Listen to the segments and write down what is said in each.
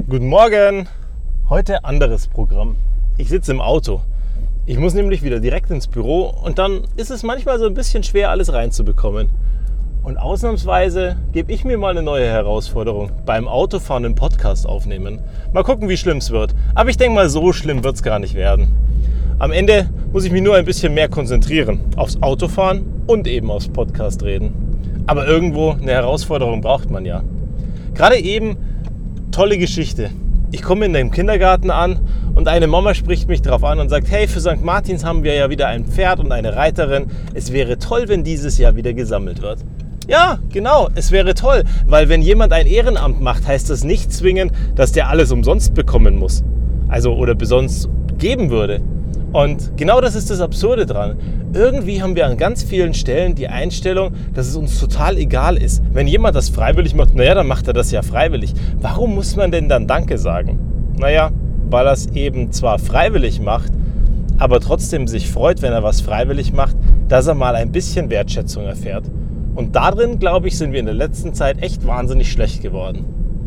Guten Morgen! Heute anderes Programm. Ich sitze im Auto. Ich muss nämlich wieder direkt ins Büro und dann ist es manchmal so ein bisschen schwer, alles reinzubekommen. Und ausnahmsweise gebe ich mir mal eine neue Herausforderung. Beim Autofahren einen Podcast aufnehmen. Mal gucken, wie schlimm es wird. Aber ich denke mal, so schlimm wird es gar nicht werden. Am Ende muss ich mich nur ein bisschen mehr konzentrieren. Aufs Autofahren und eben aufs Podcast reden. Aber irgendwo eine Herausforderung braucht man ja. Gerade eben, tolle Geschichte. Ich komme in dem Kindergarten an und eine Mama spricht mich darauf an und sagt, hey, für St. Martins haben wir ja wieder ein Pferd und eine Reiterin. Es wäre toll, wenn dieses Jahr wieder gesammelt wird. Ja, genau, es wäre toll, weil wenn jemand ein Ehrenamt macht, heißt das nicht zwingend, dass der alles umsonst bekommen muss. Also oder besonders geben würde. Und genau das ist das Absurde dran. Irgendwie haben wir an ganz vielen Stellen die Einstellung, dass es uns total egal ist. Wenn jemand das freiwillig macht, naja, dann macht er das ja freiwillig. Warum muss man denn dann Danke sagen? Naja, weil er es eben zwar freiwillig macht, aber trotzdem sich freut, wenn er was freiwillig macht, dass er mal ein bisschen Wertschätzung erfährt. Und darin, glaube ich, sind wir in der letzten Zeit echt wahnsinnig schlecht geworden.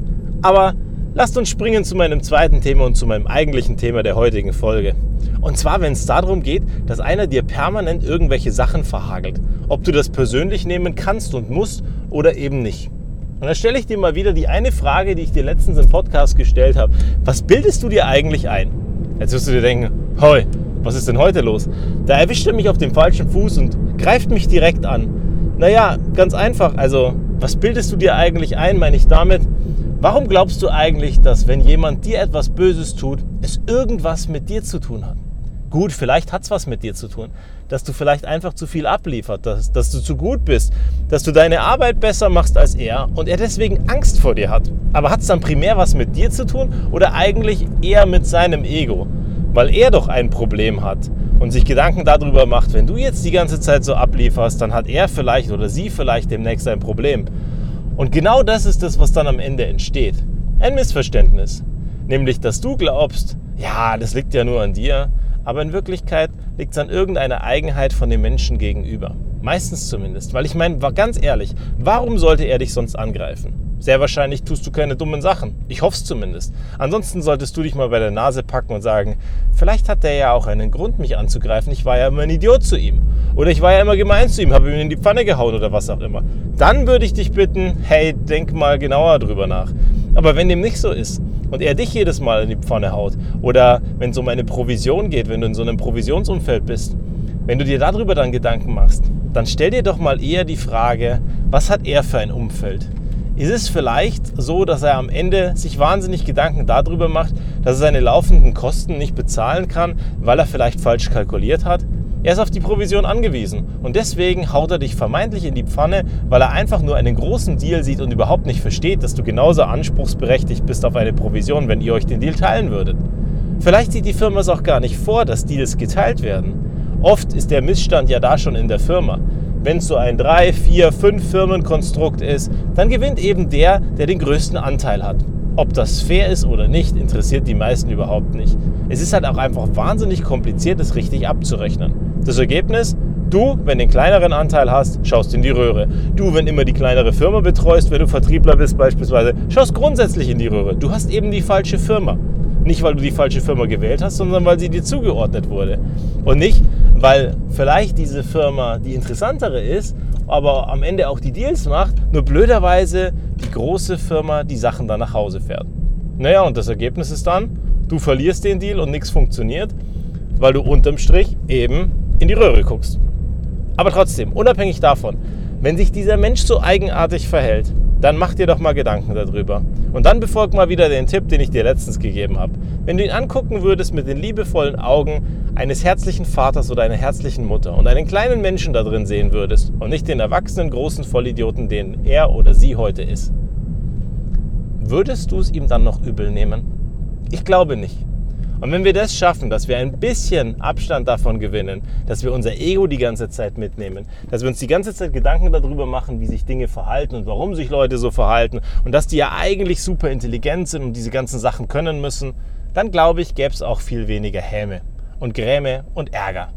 Aber lasst uns springen zu meinem zweiten Thema und zu meinem eigentlichen Thema der heutigen Folge. Und zwar, wenn es darum geht, dass einer dir permanent irgendwelche Sachen verhagelt. Ob du das persönlich nehmen kannst und musst oder eben nicht. Und dann stelle ich dir mal wieder die eine Frage, die ich dir letztens im Podcast gestellt habe. Was bildest du dir eigentlich ein? Jetzt wirst du dir denken, hoi, was ist denn heute los? Da erwischt er mich auf dem falschen Fuß und greift mich direkt an. Naja, ganz einfach. Also, was bildest du dir eigentlich ein, meine ich damit? Warum glaubst du eigentlich, dass wenn jemand dir etwas Böses tut, es irgendwas mit dir zu tun hat? Gut, vielleicht hat es was mit dir zu tun, dass du vielleicht einfach zu viel abliefert, dass du zu gut bist, dass du deine Arbeit besser machst als er und er deswegen Angst vor dir hat. Aber hat es dann primär was mit dir zu tun oder eigentlich eher mit seinem Ego? Weil er doch ein Problem hat und sich Gedanken darüber macht, wenn du jetzt die ganze Zeit so ablieferst, dann hat er vielleicht oder sie vielleicht demnächst ein Problem. Und genau das ist das, was dann am Ende entsteht. Ein Missverständnis. Nämlich, dass du glaubst, ja, das liegt ja nur an dir, aber in Wirklichkeit liegt es an irgendeiner Eigenheit von dem Menschen gegenüber. Meistens zumindest. Weil ich meine, ganz ehrlich, warum sollte er dich sonst angreifen? Sehr wahrscheinlich tust du keine dummen Sachen. Ich hoffe es zumindest. Ansonsten solltest du dich mal bei der Nase packen und sagen, vielleicht hat der ja auch einen Grund, mich anzugreifen. Ich war ja immer ein Idiot zu ihm. Oder ich war ja immer gemein zu ihm, habe ihm in die Pfanne gehauen oder was auch immer. Dann würde ich dich bitten, hey, denk mal genauer drüber nach. Aber wenn dem nicht so ist und er dich jedes Mal in die Pfanne haut oder wenn es um eine Provision geht, wenn du in so einem Provisionsumfeld bist, wenn du dir darüber dann Gedanken machst, dann stell dir doch mal eher die Frage, was hat er für ein Umfeld? Ist es vielleicht so, dass er am Ende sich wahnsinnig Gedanken darüber macht, dass er seine laufenden Kosten nicht bezahlen kann, weil er vielleicht falsch kalkuliert hat? Er ist auf die Provision angewiesen und deswegen haut er dich vermeintlich in die Pfanne, weil er einfach nur einen großen Deal sieht und überhaupt nicht versteht, dass du genauso anspruchsberechtigt bist auf eine Provision, wenn ihr euch den Deal teilen würdet. Vielleicht sieht die Firma es auch gar nicht vor, dass Deals geteilt werden. Oft ist der Missstand ja da schon in der Firma. Wenn es so ein 3, 4, 5 Firmenkonstrukt ist, dann gewinnt eben der den größten Anteil hat. Ob das fair ist oder nicht, interessiert die meisten überhaupt nicht. Es ist halt auch einfach wahnsinnig kompliziert, es richtig abzurechnen. Das Ergebnis? Du, wenn du den kleineren Anteil hast, schaust in die Röhre. Du, wenn immer die kleinere Firma betreust, wenn du Vertriebler bist beispielsweise, schaust grundsätzlich in die Röhre. Du hast eben die falsche Firma. Nicht, weil du die falsche Firma gewählt hast, sondern weil sie dir zugeordnet wurde. Und nicht, weil vielleicht diese Firma die interessantere ist, aber am Ende auch die Deals macht, nur blöderweise die große Firma die Sachen dann nach Hause fährt. Naja, und das Ergebnis ist dann, du verlierst den Deal und nichts funktioniert, weil du unterm Strich eben in die Röhre guckst. Aber trotzdem, unabhängig davon, wenn sich dieser Mensch so eigenartig verhält, dann mach dir doch mal Gedanken darüber. Und dann befolg mal wieder den Tipp, den ich dir letztens gegeben habe. Wenn du ihn angucken würdest mit den liebevollen Augen eines herzlichen Vaters oder einer herzlichen Mutter und einen kleinen Menschen da drin sehen würdest und nicht den erwachsenen großen Vollidioten, den er oder sie heute ist, würdest du es ihm dann noch übel nehmen? Ich glaube nicht. Und wenn wir das schaffen, dass wir ein bisschen Abstand davon gewinnen, dass wir unser Ego die ganze Zeit mitnehmen, dass wir uns die ganze Zeit Gedanken darüber machen, wie sich Dinge verhalten und warum sich Leute so verhalten und dass die ja eigentlich super intelligent sind und diese ganzen Sachen können müssen, dann glaube ich, gäbe es auch viel weniger Häme und Gräme und Ärger.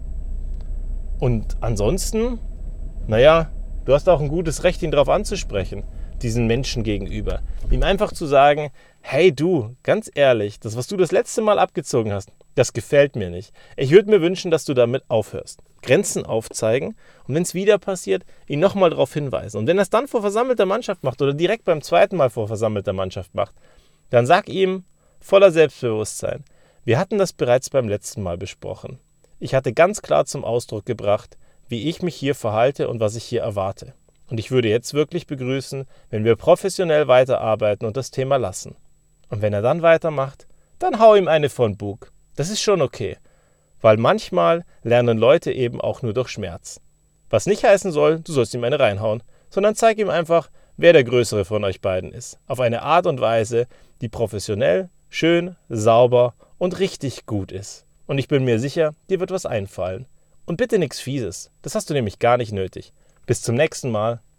Und ansonsten, naja, du hast auch ein gutes Recht, ihn darauf anzusprechen, diesen Menschen gegenüber. Ihm einfach zu sagen, hey du, ganz ehrlich, das, was du das letzte Mal abgezogen hast, das gefällt mir nicht. Ich würde mir wünschen, dass du damit aufhörst. Grenzen aufzeigen und wenn es wieder passiert, ihn nochmal darauf hinweisen. Und wenn er es dann vor versammelter Mannschaft macht oder direkt beim zweiten Mal vor versammelter Mannschaft macht, dann sag ihm voller Selbstbewusstsein, wir hatten das bereits beim letzten Mal besprochen. Ich hatte ganz klar zum Ausdruck gebracht, wie ich mich hier verhalte und was ich hier erwarte. Und ich würde jetzt wirklich begrüßen, wenn wir professionell weiterarbeiten und das Thema lassen. Und wenn er dann weitermacht, dann hau ihm eine von Bug. Das ist schon okay. Weil manchmal lernen Leute eben auch nur durch Schmerz. Was nicht heißen soll, du sollst ihm eine reinhauen, sondern zeig ihm einfach, wer der Größere von euch beiden ist. Auf eine Art und Weise, die professionell, schön, sauber und richtig gut ist. Und ich bin mir sicher, dir wird was einfallen. Und bitte nichts Fieses. Das hast du nämlich gar nicht nötig. Bis zum nächsten Mal.